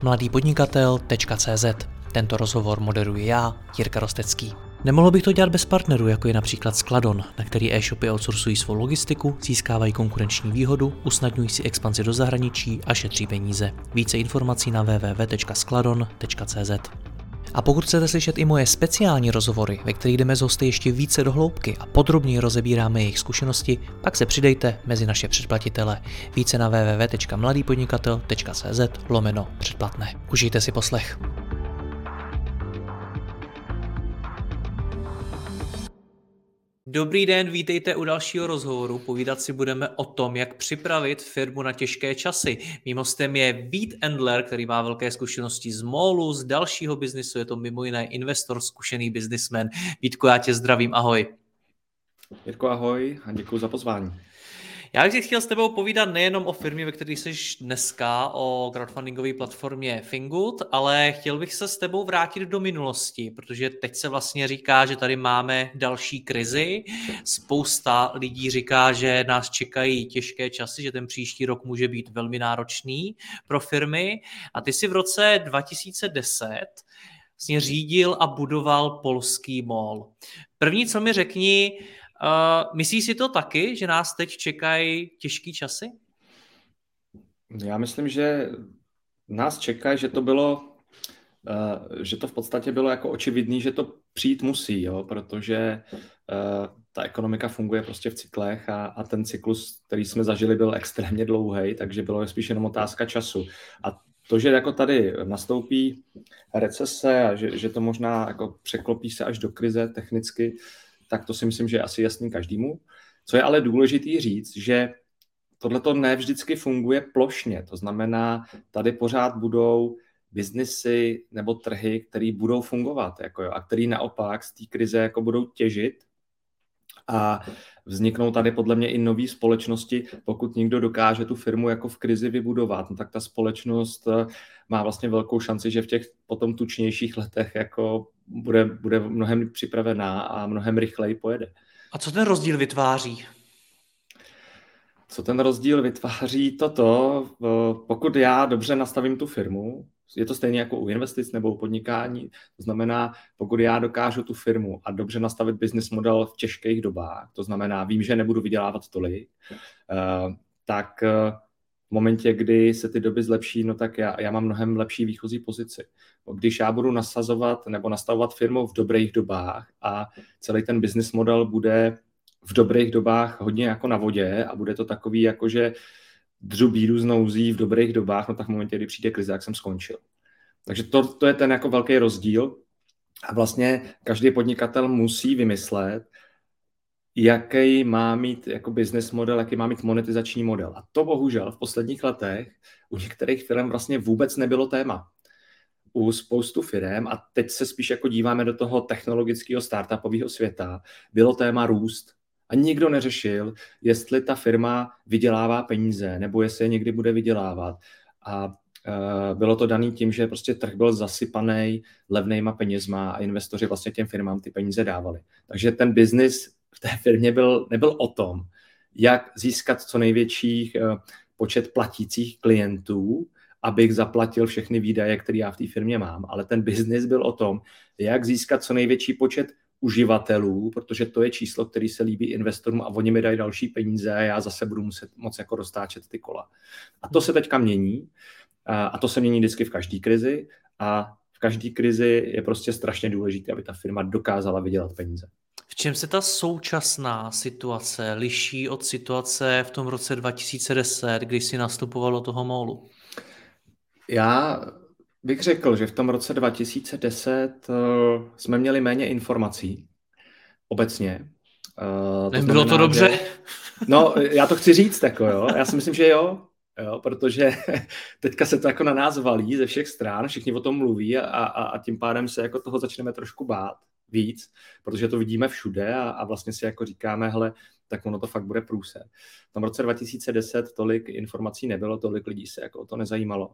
mladýpodnikatel.cz. Tento rozhovor moderuji já, Jirka Rostecký. Nemohl bych to dělat bez partnerů, jako je například Skladon, na který e-shopy outsourcují svou logistiku, získávají konkurenční výhodu, usnadňují si expanzi do zahraničí a šetří peníze. Více informací na www.skladon.cz. A pokud chcete slyšet i moje speciální rozhovory, ve kterých jdeme s hosty ještě více do hloubky a podrobněji rozebíráme jejich zkušenosti, pak se přidejte mezi naše předplatitele. Více na www.mladýpodnikatel.cz/předplatné. Užijte si poslech. Dobrý den, vítejte u dalšího rozhovoru. Povídat si budeme o tom, jak připravit firmu na těžké časy. Mým hostem je Vít Endler, který má velké zkušenosti z MOLu, z dalšího biznisu, je to mimo jiné investor, zkušený biznismen. Vítko, já tě zdravím, ahoj. Jirko, ahoj a děkuji za pozvání. Já bych si chtěl s tebou povídat nejenom o firmě, ve které jsi dneska, o crowdfundingové platformě Fingood, ale chtěl bych se s tebou vrátit do minulosti, protože teď se vlastně říká, že tady máme další krizi. Spousta lidí říká, že nás čekají těžké časy, že ten příští rok může být velmi náročný pro firmy. A ty jsi v roce 2010 vlastně řídil a budoval polský MOL. První, co mi řekni, myslíš si to taky, že nás teď čekají těžké časy? Já myslím, že nás čeká, že to v podstatě bylo jako očividný, že to přijít musí, jo? Protože ta ekonomika funguje prostě v cyklech a ten cyklus, který jsme zažili, byl extrémně dlouhý, takže bylo spíš jenom otázka času. A to, že jako tady nastoupí recese a že to možná jako překlopí se až do krize technicky, tak to si myslím, že je asi jasný každému. Co je ale důležitý říct, že tohleto ne vždycky funguje plošně. To znamená, tady pořád budou biznesy nebo trhy, které budou fungovat a které naopak z té krize jako budou těžit. A vzniknou tady podle mě i nové společnosti. Pokud někdo dokáže tu firmu jako v krizi vybudovat, no tak ta společnost má vlastně velkou šanci, že v těch potom tučnějších letech jako bude mnohem připravená a mnohem rychleji pojede. A co ten rozdíl vytváří? Co ten rozdíl vytváří? Pokud já dobře nastavím tu firmu, je to stejně jako u investic nebo u podnikání, to znamená, pokud já dokážu tu firmu a dobře nastavit business model v těžkých dobách, to znamená, vím, že nebudu vydělávat tolik, tak v momentě, kdy se ty doby zlepší, no tak já mám mnohem lepší výchozí pozici. Když já budu nasazovat nebo nastavovat firmu v dobrých dobách a celý ten business model bude v dobrých dobách hodně jako na vodě a bude to takový jako, že dřu bídu z nouzí v dobrých dobách, no tak v momentě, kdy přijde krize, jak jsem skončil. Takže to je ten jako velký rozdíl a vlastně každý podnikatel musí vymyslet, jaký má mít jako business model, jaký má mít monetizační model. A to bohužel v posledních letech u některých firm vlastně vůbec nebylo téma. U spoustu firm, a teď se spíš jako díváme do toho technologického startupového světa, bylo téma růst. A nikdo neřešil, jestli ta firma vydělává peníze, nebo jestli je někdy bude vydělávat. A bylo to daný tím, že prostě trh byl zasypaný levnejma penězma a investoři vlastně těm firmám ty peníze dávali. Takže ten biznis v té firmě nebyl o tom, jak získat co největší počet platících klientů, abych zaplatil všechny výdaje, které já v té firmě mám. Ale ten biznis byl o tom, jak získat co největší počet uživatelů, protože to je číslo, který se líbí investorům a oni mi dají další peníze a já zase budu muset moc jako roztáčet ty kola. A to se teďka mění a to se mění vždycky v každé krizi a v každé krizi je prostě strašně důležité, aby ta firma dokázala vydělat peníze. V čem se ta současná situace liší od situace v tom roce 2010, kdy jsi nastupoval do toho MOLu? Já bych řekl, že v tom roce 2010 jsme měli méně informací obecně. Nebylo to dobře? No, já to chci říct, jo. Já si myslím, že jo, protože teďka se to jako na nás valí ze všech stran, všichni o tom mluví a tím pádem se jako toho začneme trošku bát víc, protože to vidíme všude a vlastně si jako říkáme, hele, tak ono to fakt bude průser. V tom roce 2010 tolik informací nebylo, tolik lidí se jako o to nezajímalo.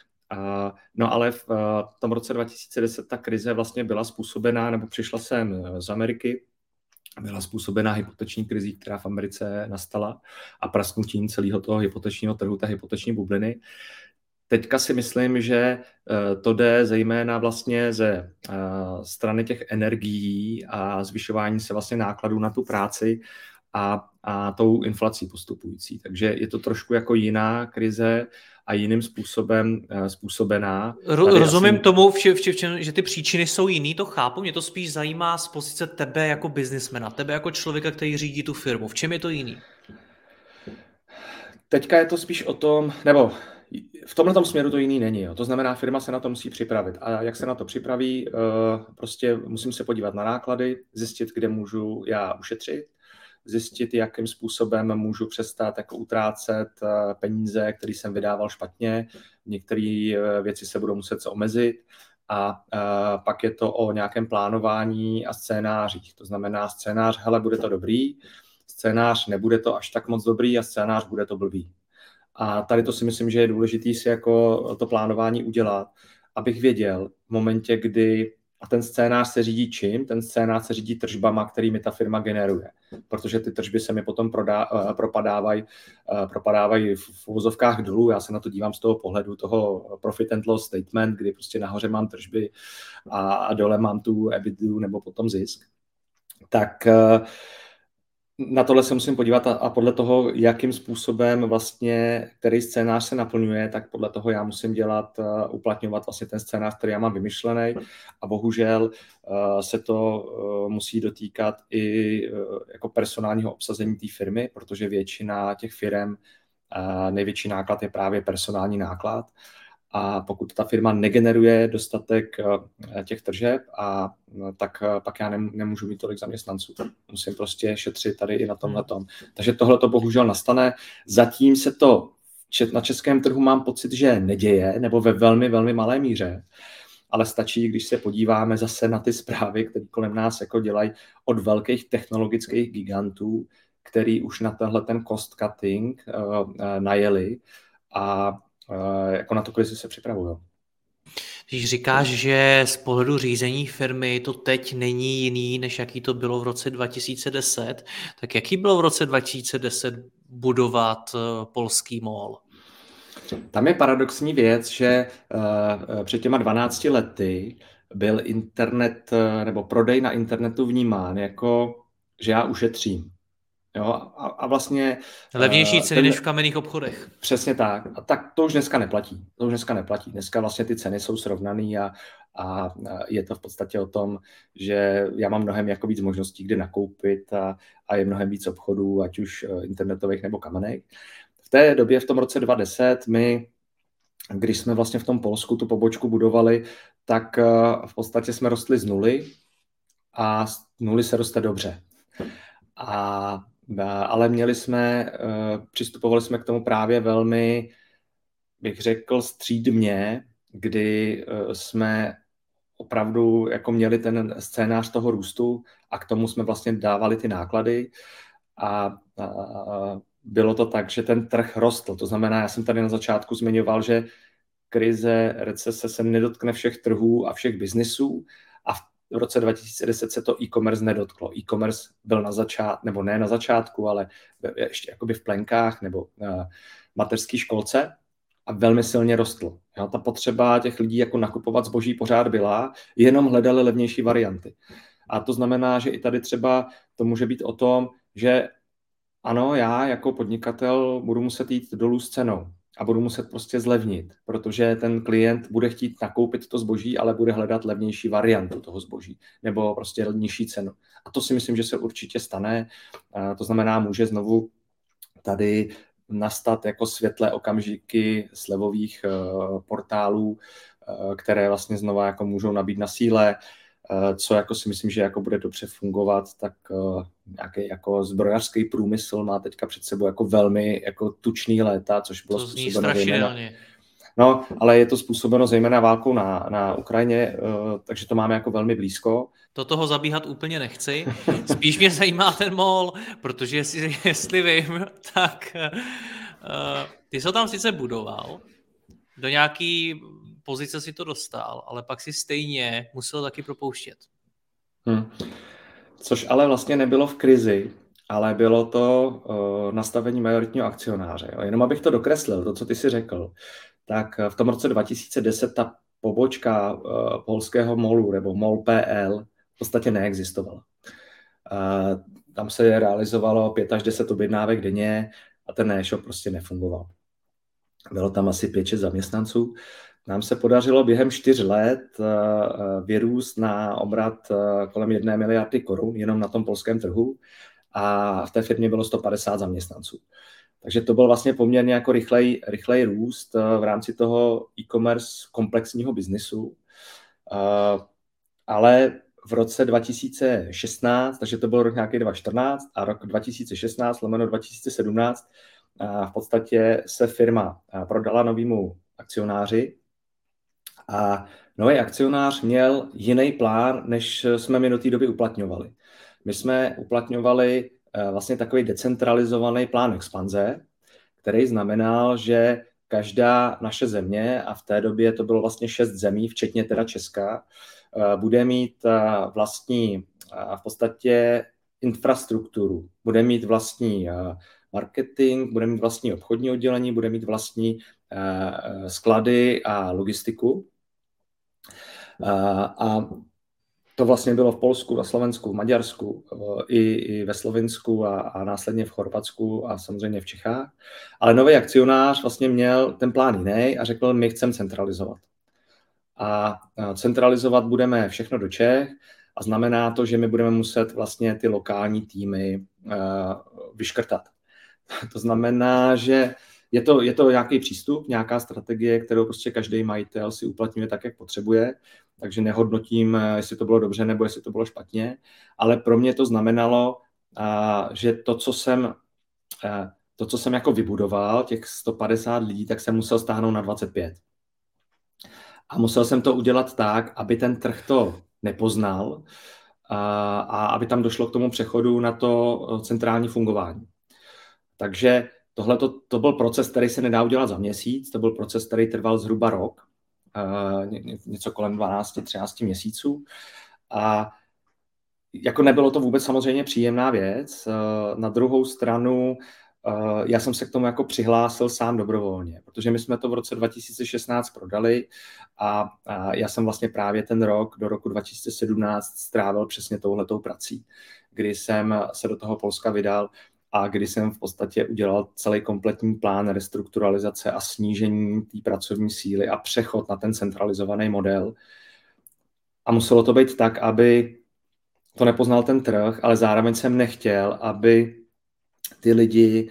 No ale v tom roce 2010 ta krize vlastně byla způsobená, nebo přišla sem z Ameriky, byla způsobená hypoteční krizí, která v Americe nastala a prasknutím celého toho hypotečního trhu, té hypoteční bubliny. teďka si myslím, že to jde zejména vlastně ze strany těch energií a zvyšování se vlastně nákladů na tu práci a tou inflací postupující. Takže je to trošku jako jiná krize a jiným způsobem způsobená. Rozumím tomu, že ty příčiny jsou jiný, to chápu, mě to spíš zajímá z pozice tebe jako biznismena, tebe jako člověka, který řídí tu firmu. V čem je to jiný? Teďka je to spíš o tom, nebo v tomhle směru to jiný není. Jo. To znamená, firma se na to musí připravit. A jak se na to připraví, prostě musím se podívat na náklady, zjistit, kde můžu já ušetřit, zjistit, jakým způsobem můžu přestat jako utrácet peníze, které jsem vydával špatně. Některé věci se budou muset omezit a pak je to o nějakém plánování a scénářích. To znamená scénář, hele, bude to dobrý, scénář nebude to až tak moc dobrý a scénář bude to blbý. A tady to si myslím, že je důležité si jako to plánování udělat, abych věděl v momentě, kdy a ten scénář se řídí čím? Ten scénář se řídí tržbama, kterými ta firma generuje. Protože ty tržby se mi potom propadávají v uvozovkách dolů. Já se na to dívám z toho pohledu toho profit and loss statement, kdy prostě nahoře mám tržby a dole mám tu EBITDA nebo potom zisk. Tak na tohle se musím podívat a podle toho, jakým způsobem vlastně, který scénář se naplňuje, tak podle toho já musím uplatňovat vlastně ten scénář, který já mám vymyšlený a bohužel se to musí dotýkat i jako personálního obsazení té firmy, protože většina těch firm, největší náklad je právě personální náklad. A pokud ta firma negeneruje dostatek těch tržeb, tak pak já nemůžu mít tolik zaměstnanců. Musím prostě šetřit tady i na tomhletom. Takže tohle to bohužel nastane. Zatím se to na českém trhu mám pocit, že neděje, nebo ve velmi, velmi malé míře. Ale stačí, když se podíváme zase na ty zprávy, které kolem nás jako dělají od velkých technologických gigantů, který už na tenhle ten cost cutting najeli a jako na tu krizi se připravují. Když říkáš, že z pohledu řízení firmy to teď není jiný, než jaký to bylo v roce 2010, tak jaký bylo v roce 2010 budovat polský mall? Tam je paradoxní věc, že před těma 12 lety byl internet nebo prodej na internetu vnímán jako, že já ušetřím. Jo, a vlastně levnější ceny než v kamenných obchodech. Přesně tak. A tak to už dneska neplatí. Dneska vlastně ty ceny jsou srovnaný a je to v podstatě o tom, že já mám mnohem jako víc možností, kde nakoupit a je mnohem víc obchodů, ať už internetových nebo kamenných. V té době, v tom roce 2010, když jsme vlastně v tom Polsku tu pobočku budovali, tak v podstatě jsme rostli z nuly a z nuly se roste dobře. Ale přistupovali jsme k tomu právě velmi, bych řekl, střídmě, kdy jsme opravdu jako měli ten scénář toho růstu a k tomu jsme vlastně dávali ty náklady a bylo to tak, že ten trh rostl. To znamená, já jsem tady na začátku zmiňoval, že krize, recese se nedotkne všech trhů a všech biznisů a v roce 2010 se to e-commerce nedotklo. E-commerce byl na začátku, nebo ne na začátku, ale ještě jakoby v plenkách nebo mateřské školce a velmi silně rostl. Jo, ta potřeba těch lidí jako nakupovat zboží pořád byla, jenom hledali levnější varianty. A to znamená, že i tady třeba to může být o tom, že ano, já jako podnikatel budu muset jít dolů s cenou a budu muset prostě zlevnit, protože ten klient bude chtít nakoupit to zboží, ale bude hledat levnější variantu toho zboží nebo prostě nižší cenu. A to si myslím, že se určitě stane. To znamená, může znovu tady nastat jako světlé okamžiky slevových portálů, které vlastně znova jako můžou nabít na síle, co jako si myslím, že jako bude dobře fungovat, tak nějaký jako zbrojařský průmysl má teďka před sebou jako velmi jako tučný léta, což bylo to zní strašidelně. No, ale je to způsobeno zejména válkou na Ukrajině, takže to máme jako velmi blízko. Do toho zabíhat úplně nechci. Spíš mě zajímá ten mall, protože jestli vím, tak ty jsi ho tam sice budoval, do nějaký pozice si to dostal, ale pak si stejně musel taky propouštět. Což ale vlastně nebylo v krizi, ale bylo to nastavení majoritního akcionáře. Jo. Jenom abych to dokreslil, to, co ty si řekl, tak v tom roce 2010 ta pobočka polského molu nebo mol.pl v podstatě neexistovala. Tam se realizovalo 5 až 10 objednávek denně a ten e-shop prostě nefungoval. Bylo tam asi 5-6 zaměstnanců. Nám se podařilo během 4 let vyrůst na obrat kolem 1 miliardy korun jenom na tom polském trhu a v té firmě bylo 150 zaměstnanců. Takže to byl vlastně poměrně jako rychlej růst v rámci toho e-commerce komplexního biznisu. Ale v roce 2016, takže to byl rok nějaký 2014 a rok 2016/2017 v podstatě se firma prodala novému akcionáři a nový akcionář měl jiný plán, než jsme my do té doby uplatňovali. My jsme uplatňovali vlastně takový decentralizovaný plán expanze, který znamenal, že každá naše země, a v té době to bylo vlastně 6 zemí, včetně teda Česka, bude mít vlastní v podstatě infrastrukturu, bude mít vlastní marketing, bude mít vlastní obchodní oddělení, bude mít vlastní sklady a logistiku. A to vlastně bylo v Polsku, na Slovensku, v Maďarsku, i ve Slovinsku a následně v Chorvatsku a samozřejmě v Čechách. Ale nový akcionář vlastně měl ten plán jiný a řekl, my chceme centralizovat. A centralizovat budeme všechno do Čech a znamená to, že my budeme muset vlastně ty lokální týmy vyškrtat. To znamená, že je to nějaký přístup, nějaká strategie, kterou prostě každý majitel si uplatňuje tak, jak potřebuje, takže nehodnotím, jestli to bylo dobře nebo jestli to bylo špatně, ale pro mě to znamenalo, že to, co jsem jako vybudoval, těch 150 lidí, tak jsem musel stáhnout na 25. A musel jsem to udělat tak, aby ten trh to nepoznal a aby tam došlo k tomu přechodu na to centrální fungování. Takže tohle to byl proces, který se nedá udělat za měsíc, to byl proces, který trval zhruba rok, něco kolem 12-13 měsíců. A jako nebylo to vůbec samozřejmě příjemná věc. Na druhou stranu já jsem se k tomu jako přihlásil sám dobrovolně, protože my jsme to v roce 2016 prodali a já jsem vlastně právě ten rok do roku 2017 strávil přesně touhletou prací, kdy jsem se do toho Polska vydal a kdy jsem v podstatě udělal celý kompletní plán restrukturalizace a snížení té pracovní síly a přechod na ten centralizovaný model. A muselo to být tak, aby to nepoznal ten trh, ale zároveň jsem nechtěl, aby ty lidi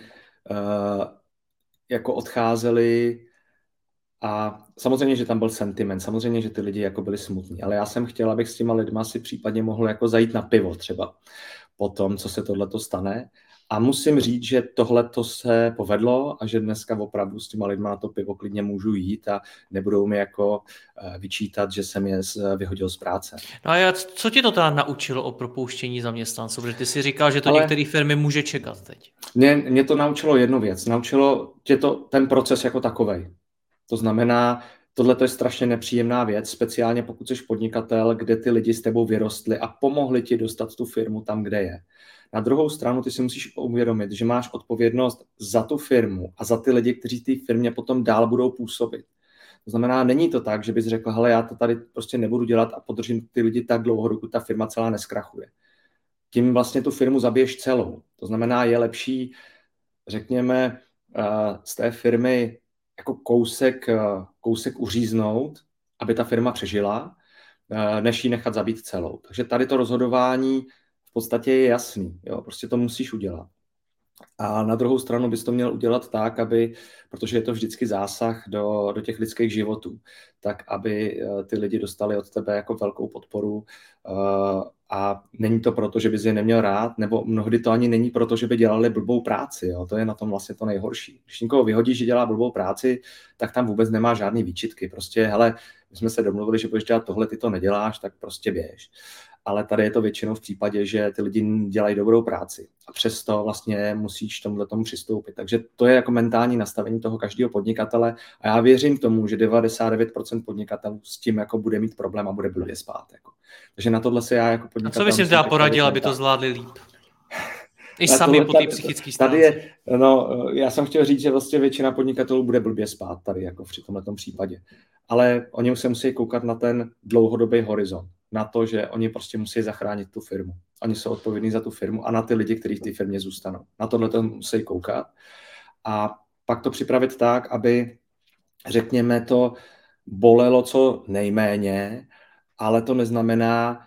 jako odcházeli a samozřejmě, že tam byl sentiment, samozřejmě, že ty lidi jako byli smutní, ale já jsem chtěl, abych s těma lidma si případně mohl jako zajít na pivo třeba po tom, co se tohleto stane. A musím říct, že tohleto se povedlo a že dneska opravdu s těma lidma na to pivo klidně můžu jít a nebudou mi jako vyčítat, že jsem je vyhodil z práce. No a co tě to teda naučilo o propouštění zaměstnanců? Protože ty si říkal, že to některé firmy může čekat teď. Mě to naučilo jednu věc. Naučilo tě to ten proces jako takovej. To znamená, tohle je strašně nepříjemná věc, speciálně pokud jsi podnikatel, kde ty lidi s tebou vyrostli a pomohli ti dostat tu firmu tam, kde je. Na druhou stranu ty si musíš uvědomit, že máš odpovědnost za tu firmu a za ty lidi, kteří té firmě potom dál budou působit. To znamená, není to tak, že bys řekl, hele, já to tady prostě nebudu dělat a podržím ty lidi tak dlouho, dokud ta firma celá neskrachuje. Tím vlastně tu firmu zabiješ celou. To znamená, je lepší, řekněme, z té firmy jako kousek uříznout, aby ta firma přežila, než ji nechat zabít celou. Takže tady to rozhodování v podstatě je jasný. Jo? Prostě to musíš udělat. A na druhou stranu bys to měl udělat tak, protože je to vždycky zásah do těch lidských životů, tak aby ty lidi dostali od tebe jako velkou podporu a není to proto, že bys je neměl rád, nebo mnohdy to ani není proto, že by dělali blbou práci. Jo? To je na tom vlastně to nejhorší. Když někoho vyhodíš, že dělá blbou práci, tak tam vůbec nemá žádný výčitky. Prostě, hele, my jsme se domluvili, že budeš dělat tohle, ty to neděláš, tak prostě běž. Ale tady je to většinou v případě, že ty lidi dělají dobrou práci a přesto vlastně musíš tomu přistoupit. Takže to je jako mentální nastavení toho každého podnikatele a já věřím tomu, že 99% podnikatelů s tím jako bude mít problém a bude blbě spát. Jako. Takže na tohle se já jako podnikatel... A co bys jim teda poradil, aby to zvládli líp? I sami po té psychické stránce. Tady je, no, já jsem chtěl říct, že vlastně většina podnikatelů bude blbě spát tady, jako v tomhletom případě. Ale oni už se musí koukat na ten dlouhodobý horizont, na to, že oni prostě musí zachránit tu firmu. Oni jsou odpovědní za tu firmu a na ty lidi, kteří v té firmě zůstanou. Na tohle to musí koukat a pak to připravit tak, aby, řekněme, to bolelo co nejméně, ale to neznamená,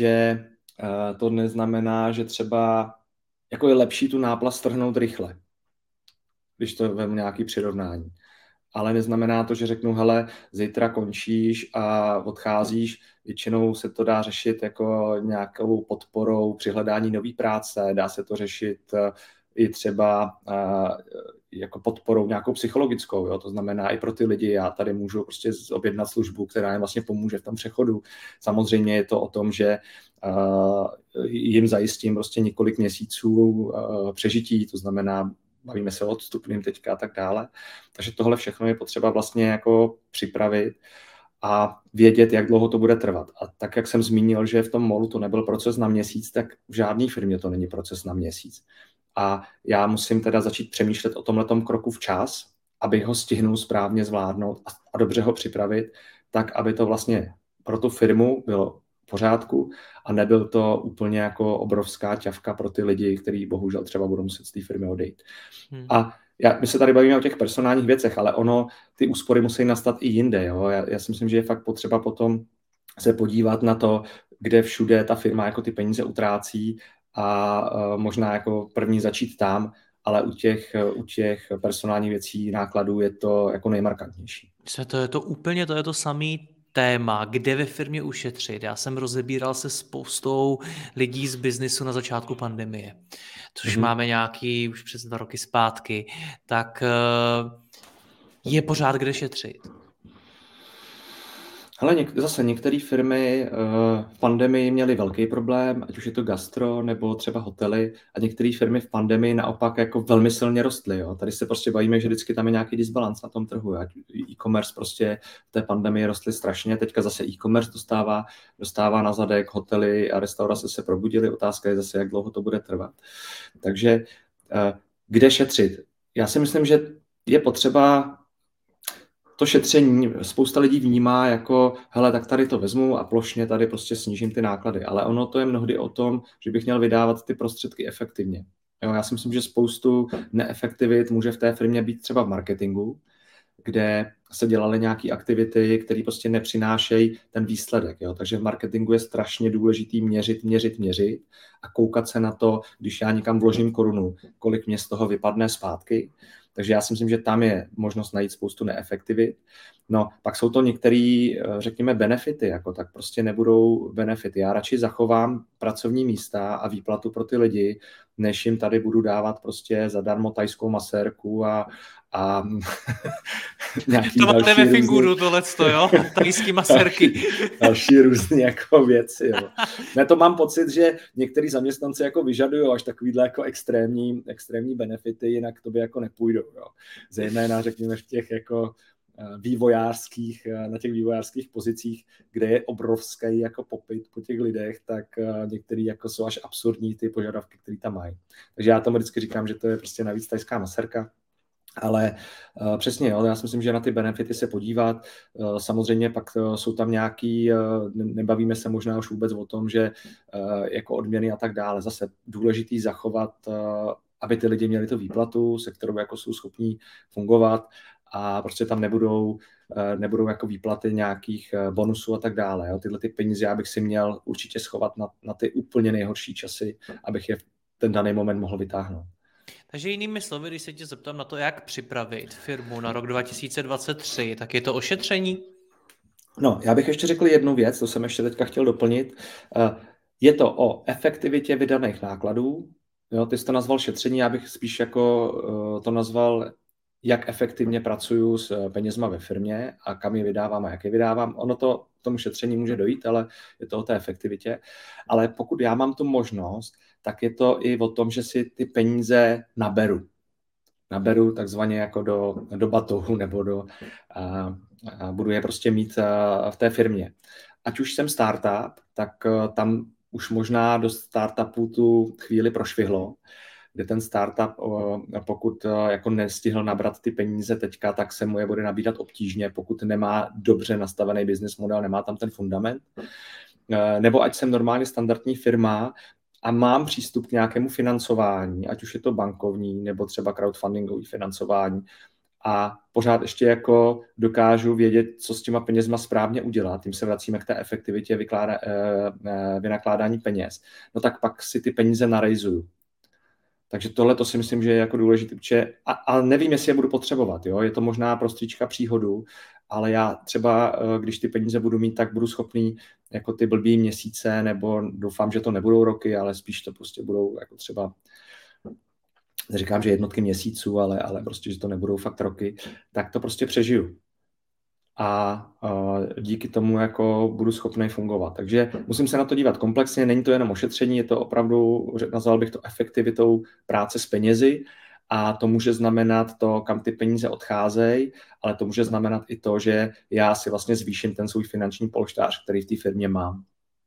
že třeba jako je lepší tu náplast strhnout rychle, když to vemu nějaký přirovnání. Ale neznamená to, že řeknu, hele, zítra končíš a odcházíš. Většinou se to dá řešit jako nějakou podporou při hledání nové práce, dá se to řešit i třeba jako podporou nějakou psychologickou, jo? To znamená i pro ty lidi, já tady můžu prostě objednat službu, která jim vlastně pomůže v tom přechodu. Samozřejmě je to o tom, že jim zajistím prostě několik měsíců přežití, to znamená, bavíme se o odstupným teďka a tak dále. Takže tohle všechno je potřeba vlastně jako připravit a vědět, jak dlouho to bude trvat. A tak, jak jsem zmínil, že v tom molu to nebyl proces na měsíc, tak v žádné firmě to není proces na měsíc. A já musím teda začít přemýšlet o tomhletom kroku včas, aby ho stihnul správně zvládnout a dobře ho připravit, tak, aby to vlastně pro tu firmu bylo v pořádku a nebyl to úplně jako obrovská ťavka pro ty lidi, kteří bohužel třeba budou muset z té firmy odejít. A my se tady bavíme o těch personálních věcech, ale ty úspory musí nastat i jinde. Jo? Já si myslím, že je fakt potřeba potom se podívat na to, kde všude ta firma jako ty peníze utrácí a možná jako první začít tam, ale u těch personálních věcí, nákladů je to jako nejmarkantnější. To je to samé téma, kde ve firmě ušetřit. Já jsem rozebíral se spoustou lidí z biznisu na začátku pandemie, což máme nějaký už přes 2 roky zpátky, tak je pořád kde šetřit. Hele, zase některé firmy v pandemii měly velký problém, ať už je to gastro nebo třeba hotely, a některé firmy v pandemii naopak jako velmi silně rostly. Jo. Tady se prostě bavíme, že vždycky tam je nějaký disbalans na tom trhu. Ať e-commerce prostě v té pandemii rostly strašně, teďka zase e-commerce dostává na zadek, hotely a restaurace se probudily. Otázka je zase, jak dlouho to bude trvat. Takže kde šetřit? Já si myslím, že je potřeba to šetření, spousta lidí vnímá jako, hele, tak tady to vezmu a plošně tady prostě snížím ty náklady. Ale ono to je mnohdy o tom, že bych měl vydávat ty prostředky efektivně. Jo, já si myslím, že spoustu neefektivit může v té firmě být třeba v marketingu, kde se dělaly nějaké aktivity, které prostě nepřinášejí ten výsledek. Jo? Takže v marketingu je strašně důležitý měřit a koukat se na to, když já někam vložím korunu, kolik mě z toho vypadne zpátky. Takže já si myslím, že tam je možnost najít spoustu neefektivit. No, pak jsou to některé, řekněme, benefity, jako tak prostě nebudou benefity. Já radši zachovám pracovní místa a výplatu pro ty lidi, než jim tady budu dávat prostě zadarmo thajskou masérku a nějaký to máte ve Fingoodu tohleto, jo? Thajský masérky. Další různé jako věci, jo. Ne, to mám pocit, že některý zaměstnanci jako vyžadují až takovýhle jako extrémní benefity, jinak to by jako nepůjdou, jo. Zejména, řekněme, v těch jako na těch vývojářských pozicích, kde je obrovský jako popyt po těch lidech, tak některý jako jsou až absurdní ty požadavky, které tam mají. Takže já tomu vždycky říkám, že to je prostě navíc thajská masérka. Ale přesně, jo, já si myslím, že na ty benefity se podívat. Samozřejmě pak jsou tam nějaký, nebavíme se možná už vůbec o tom, že jako odměny a tak dále. Zase důležitý zachovat, aby ty lidi měli tu výplatu, se kterou jako jsou schopní fungovat a prostě tam nebudou jako výplaty nějakých bonusů a tak dále. Jo. Tyhle ty peníze já bych si měl určitě schovat na ty úplně nejhorší časy, abych je v ten daný moment mohl vytáhnout. Takže jinými slovy, když se tě zeptám na to, jak připravit firmu na rok 2023, tak je to o šetření? No, já bych ještě řekl jednu věc, to jsem ještě teďka chtěl doplnit. Je to o efektivitě vydaných nákladů. Jo, ty jsi to nazval šetření, já bych spíš jako to nazval, jak efektivně pracuju s penězma ve firmě a kam je vydávám a jak je vydávám. Ono to k tomu šetření může dojít, ale je to o té efektivitě. Ale pokud já mám tu možnost, tak je to i o tom, že si ty peníze naberu takzvaně jako do batohu nebo budu je prostě mít v té firmě. Ať už jsem startup, tak tam už možná do startupu tu chvíli prošvihlo, kde ten startup, pokud jako nestihl nabrat ty peníze teďka, tak se mu je bude nabídat obtížně, pokud nemá dobře nastavený business model, nemá tam ten fundament. Nebo ať jsem normálně standardní firma a mám přístup k nějakému financování, ať už je to bankovní nebo třeba crowdfundingový financování, a pořád ještě jako dokážu vědět, co s těma penězma správně udělat, tím se vracíme k té efektivitě vynakládání peněz, no tak pak si ty peníze narejzuju. Takže tohle to si myslím, že je jako důležité, a nevím, jestli je budu potřebovat, jo? Je to možná prostříčka příhodu, ale já třeba, když ty peníze budu mít, tak budu schopný jako ty blbý měsíce, nebo doufám, že to nebudou roky, ale spíš to prostě budou jako třeba, neříkám, že jednotky měsíců, ale prostě, že to nebudou fakt roky, tak to prostě přežiju. A díky tomu jako budu schopný fungovat. Takže musím se na to dívat komplexně, není to jenom o šetření, je to opravdu, nazval bych to efektivitou práce s penězi, a to může znamenat to, kam ty peníze odcházejí, ale to může znamenat i to, že já si vlastně zvýším ten svůj finanční polštář, který v té firmě mám.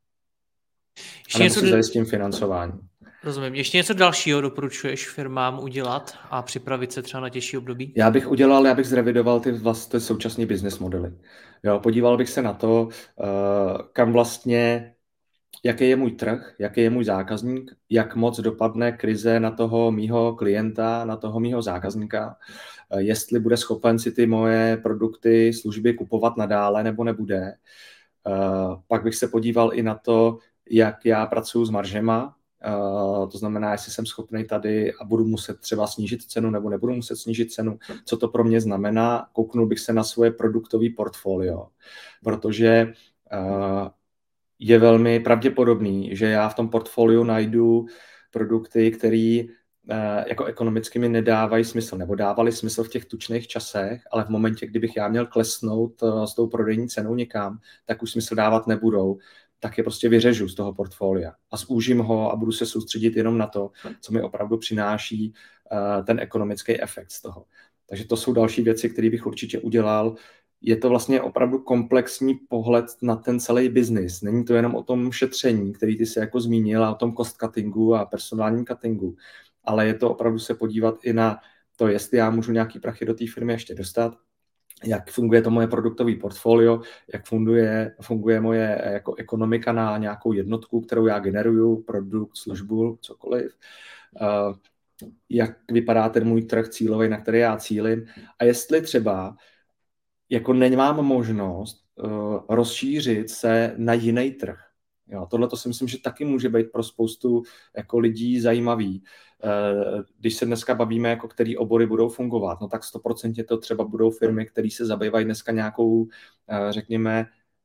A nebo si zajistím financování. Rozumím. Ještě něco dalšího doporučuješ firmám udělat a připravit se třeba na těžší období? Já bych zrevidoval ty vlastně současné business modely. Jo, podíval bych se na to, kam vlastně, jaký je můj trh, jaký je můj zákazník, jak moc dopadne krize na toho mýho klienta, na toho mýho zákazníka, jestli bude schopen si ty moje produkty, služby kupovat nadále nebo nebude. Pak bych se podíval i na to, jak já pracuji s maržema, to znamená, jestli jsem schopný tady a budu muset třeba snížit cenu nebo nebudu muset snížit cenu, co to pro mě znamená. Kouknul bych se na svoje produktové portfolio, protože je velmi pravděpodobný, že já v tom portfoliu najdu produkty, které jako ekonomicky mi nedávají smysl, nebo dávaly smysl v těch tučných časech, ale v momentě, kdybych já měl klesnout s tou prodejní cenou někam, tak už smysl dávat nebudou, tak je prostě vyřežu z toho portfolia a zúžím ho a budu se soustředit jenom na to, co mi opravdu přináší ten ekonomický efekt z toho. Takže to jsou další věci, které bych určitě udělal. Je to vlastně opravdu komplexní pohled na ten celý biznis. Není to jenom o tom šetření, který ty se jako zmínil, a o tom cost cuttingu a personálním cuttingu, ale je to opravdu se podívat i na to, jestli já můžu nějaký prachy do té firmy ještě dostat, jak funguje to moje produktové portfolio, jak funguje moje jako ekonomika na nějakou jednotku, kterou já generuju, produkt, službu, cokoliv. Jak vypadá ten můj trh cílový, na který já cílim, a jestli třeba jako nemám možnost rozšířit se na jiný trh. Jo, tohle to si myslím, že taky může být pro spoustu jako lidí zajímavý. Když se dneska bavíme, jako který obory budou fungovat, no tak 100% to třeba budou firmy, které se zabývají dneska nějakou, řekněme,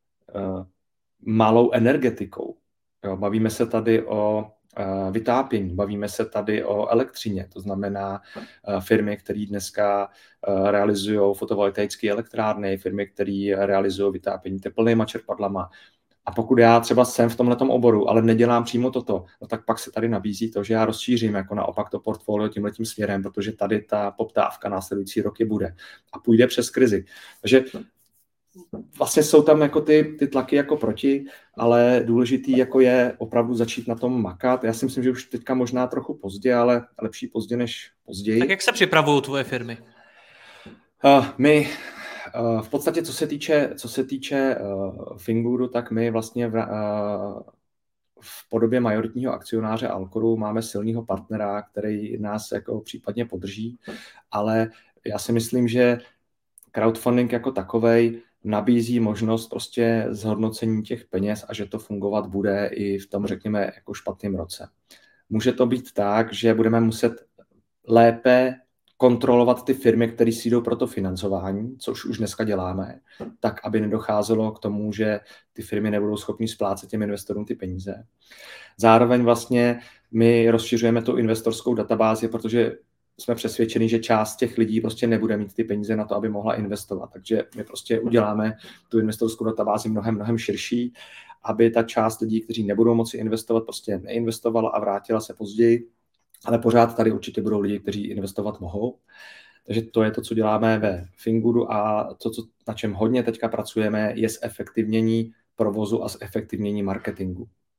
malou energetikou. Jo, bavíme se tady o vytápění, bavíme se tady o elektřině, to znamená firmy, které dneska realizují fotovoltaické elektrárny, firmy, které realizují vytápění teplnýma čerpadlama. A pokud já třeba jsem v tomhletom oboru, ale nedělám přímo toto, no tak pak se tady nabízí to, že já rozšířím jako naopak to portfolio tímhletím směrem, protože tady ta poptávka následující roky bude a půjde přes krizi. Takže vlastně jsou tam jako ty tlaky jako proti, ale důležitý jako je opravdu začít na tom makat. Já si myslím, že už teďka možná trochu pozdě, ale lepší pozdě než později. Tak jak se připravují tvoje firmy? My v podstatě, co se týče Fingoodu, tak my vlastně v podobě majoritního akcionáře Alcoru máme silného partnera, který nás jako případně podrží, ale já si myslím, že crowdfunding jako takovej nabízí možnost prostě zhodnocení těch peněz a že to fungovat bude i v tom, řekněme, jako špatném roce. Může to být tak, že budeme muset lépe kontrolovat ty firmy, které si jdou pro to financování, což už dneska děláme, tak, aby nedocházelo k tomu, že ty firmy nebudou schopny splácet těm investorům ty peníze. Zároveň vlastně my rozšiřujeme tu investorskou databázi, protože jsme přesvědčeni, že část těch lidí prostě nebude mít ty peníze na to, aby mohla investovat. Takže my prostě uděláme tu investorskou databázi mnohem širší, aby ta část lidí, kteří nebudou moci investovat, prostě neinvestovala a vrátila se později. Ale pořád tady určitě budou lidi, kteří investovat mohou. Takže to je to, co děláme ve Fingoodu, a to, na čem hodně teďka pracujeme, je zefektivnění provozu a zefektivnění marketingu.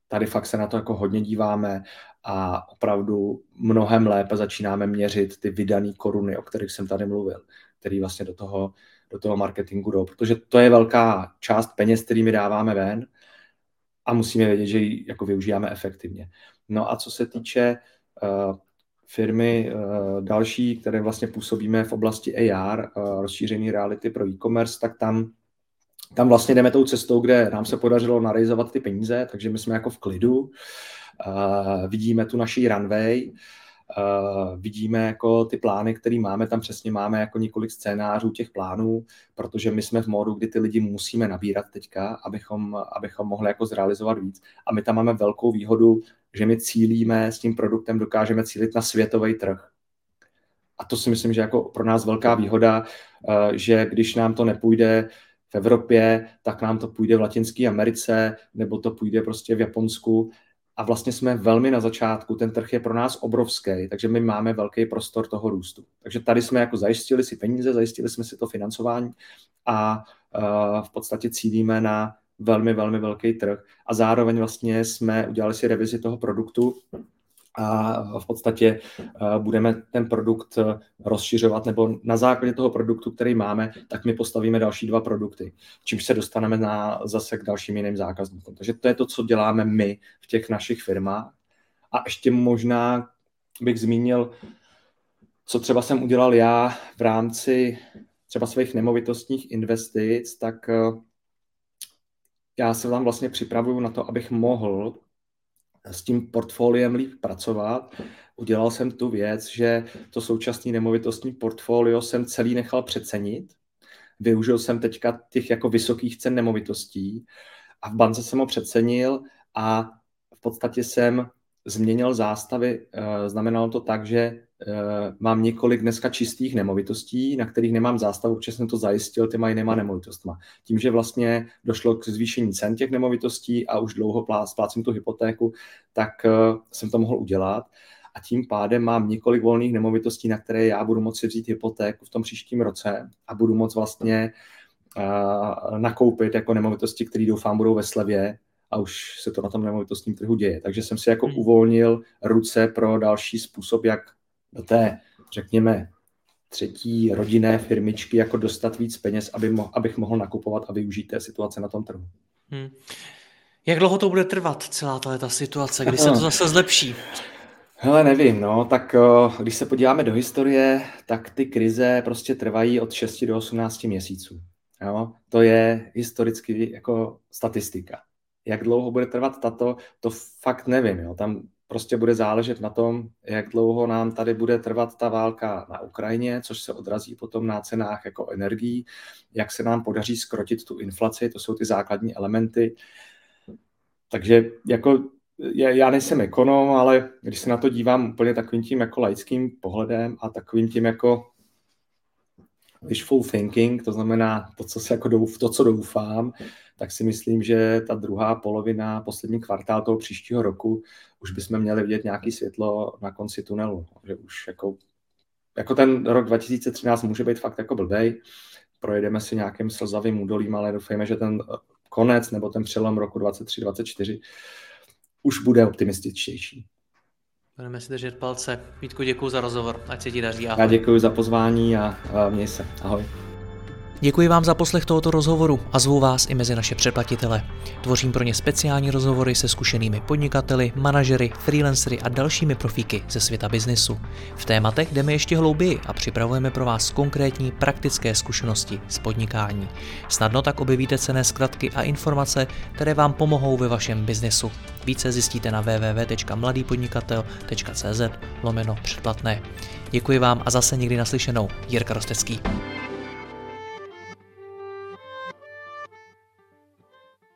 Tady fakt se na to jako hodně díváme a opravdu mnohem lépe začínáme měřit ty vydané koruny, o kterých jsem tady mluvil, který vlastně do toho marketingu jdou, protože to je velká část peněz, kterými dáváme ven a musíme vědět, že ji jako využíváme efektivně. No a co se týče firmy další, které vlastně působíme v oblasti AR, rozšířený reality pro e-commerce, tak tam vlastně jdeme tou cestou, kde nám se podařilo narejzovat ty peníze, takže my jsme jako v klidu, vidíme tu naší runway, vidíme jako ty plány, které máme, tam přesně máme jako několik scénářů těch plánů, protože my jsme v módu, kdy ty lidi musíme nabírat teďka, abychom mohli jako zrealizovat víc. A my tam máme velkou výhodu, že my cílíme s tím produktem, dokážeme cílit na světový trh. A to si myslím, že jako pro nás velká výhoda, že když nám to nepůjde v Evropě, tak nám to půjde v Latinské Americe, nebo to půjde prostě v Japonsku. A vlastně jsme velmi na začátku, ten trh je pro nás obrovský, takže my máme velký prostor toho růstu. Takže tady jsme jako zajistili si peníze, zajistili jsme si to financování a v podstatě cílíme na velmi, velmi velký trh. A zároveň vlastně jsme udělali si revizi toho produktu a v podstatě budeme ten produkt rozšiřovat, nebo na základě toho produktu, který máme, tak my postavíme další 2 produkty, čímž se dostaneme zase k dalším jiným zákazníkům. Takže to je to, co děláme my v těch našich firmách. A ještě možná bych zmínil, co třeba jsem udělal já v rámci třeba svých nemovitostních investic, tak já se tam vlastně připravuju na to, abych mohl s tím portfoliem líp pracovat. Udělal jsem tu věc, že to současné nemovitostní portfolio jsem celý nechal přecenit. Využil jsem teďka těch jako vysokých cen nemovitostí a v bance jsem ho přecenil a v podstatě jsem změnil zástavy. Znamenalo to tak, že mám několik dneska čistých nemovitostí, na kterých nemám zástavu, protože jsem to zajistil těma jinýma nemovitostma. Tím, že vlastně došlo k zvýšení cen těch nemovitostí a už dlouho splácím tu hypotéku, tak jsem to mohl udělat. A tím pádem mám několik volných nemovitostí, na které já budu moci vzít hypotéku v tom příštím roce a budu moct vlastně nakoupit jako nemovitosti, které doufám budou ve slevě, a už se to na tom nemovitostním trhu děje. Takže jsem si jako uvolnil ruce pro další způsob, jak do té, řekněme, třetí rodinné firmičky jako dostat víc peněz, abych mohl nakupovat a využít té situace na tom trhu. Jak dlouho to bude trvat, celá ta situace, kdy se to zase zlepší? Hele, nevím, no, tak když se podíváme do historie, tak ty krize prostě trvají od 6 do 18 měsíců. Jo? To je historicky jako statistika. Jak dlouho bude trvat to fakt nevím. Jo? Tam prostě bude záležet na tom, jak dlouho nám tady bude trvat ta válka na Ukrajině, což se odrazí potom na cenách jako energií, jak se nám podaří zkrotit tu inflaci, to jsou ty základní elementy. Takže jako já nejsem ekonom, ale když se na to dívám úplně takovým tím jako laickým pohledem a takovým tím jako wishful thinking, to znamená to, co doufám, tak si myslím, že ta druhá polovina, poslední kvartál toho příštího roku, už bychom měli vidět nějaké světlo na konci tunelu. Že už jako ten rok 2013 může být fakt jako blbej, projedeme si nějakým slzavým údolím, ale doufejme, že ten konec nebo ten přelom roku 2023-2024 už bude optimističtější. Budeme si držet palce. Vítku, děkuji za rozhovor. Ať se ti daří. Ahoj. Já děkuji za pozvání a měj se. Ahoj. Děkuji vám za poslech tohoto rozhovoru a zvu vás i mezi naše předplatitele. Tvořím pro ně speciální rozhovory se zkušenými podnikateli, manažery, freelancery a dalšími profíky ze světa biznesu. V tématech jdeme ještě hlouběji a připravujeme pro vás konkrétní praktické zkušenosti z podnikání. Snadno tak objevíte cenné zkratky a informace, které vám pomohou ve vašem biznesu. Více zjistíte na www.mladýpodnikatel.cz/předplatné. Děkuji vám a zase někdy naslyšenou. Jirka Rostecký.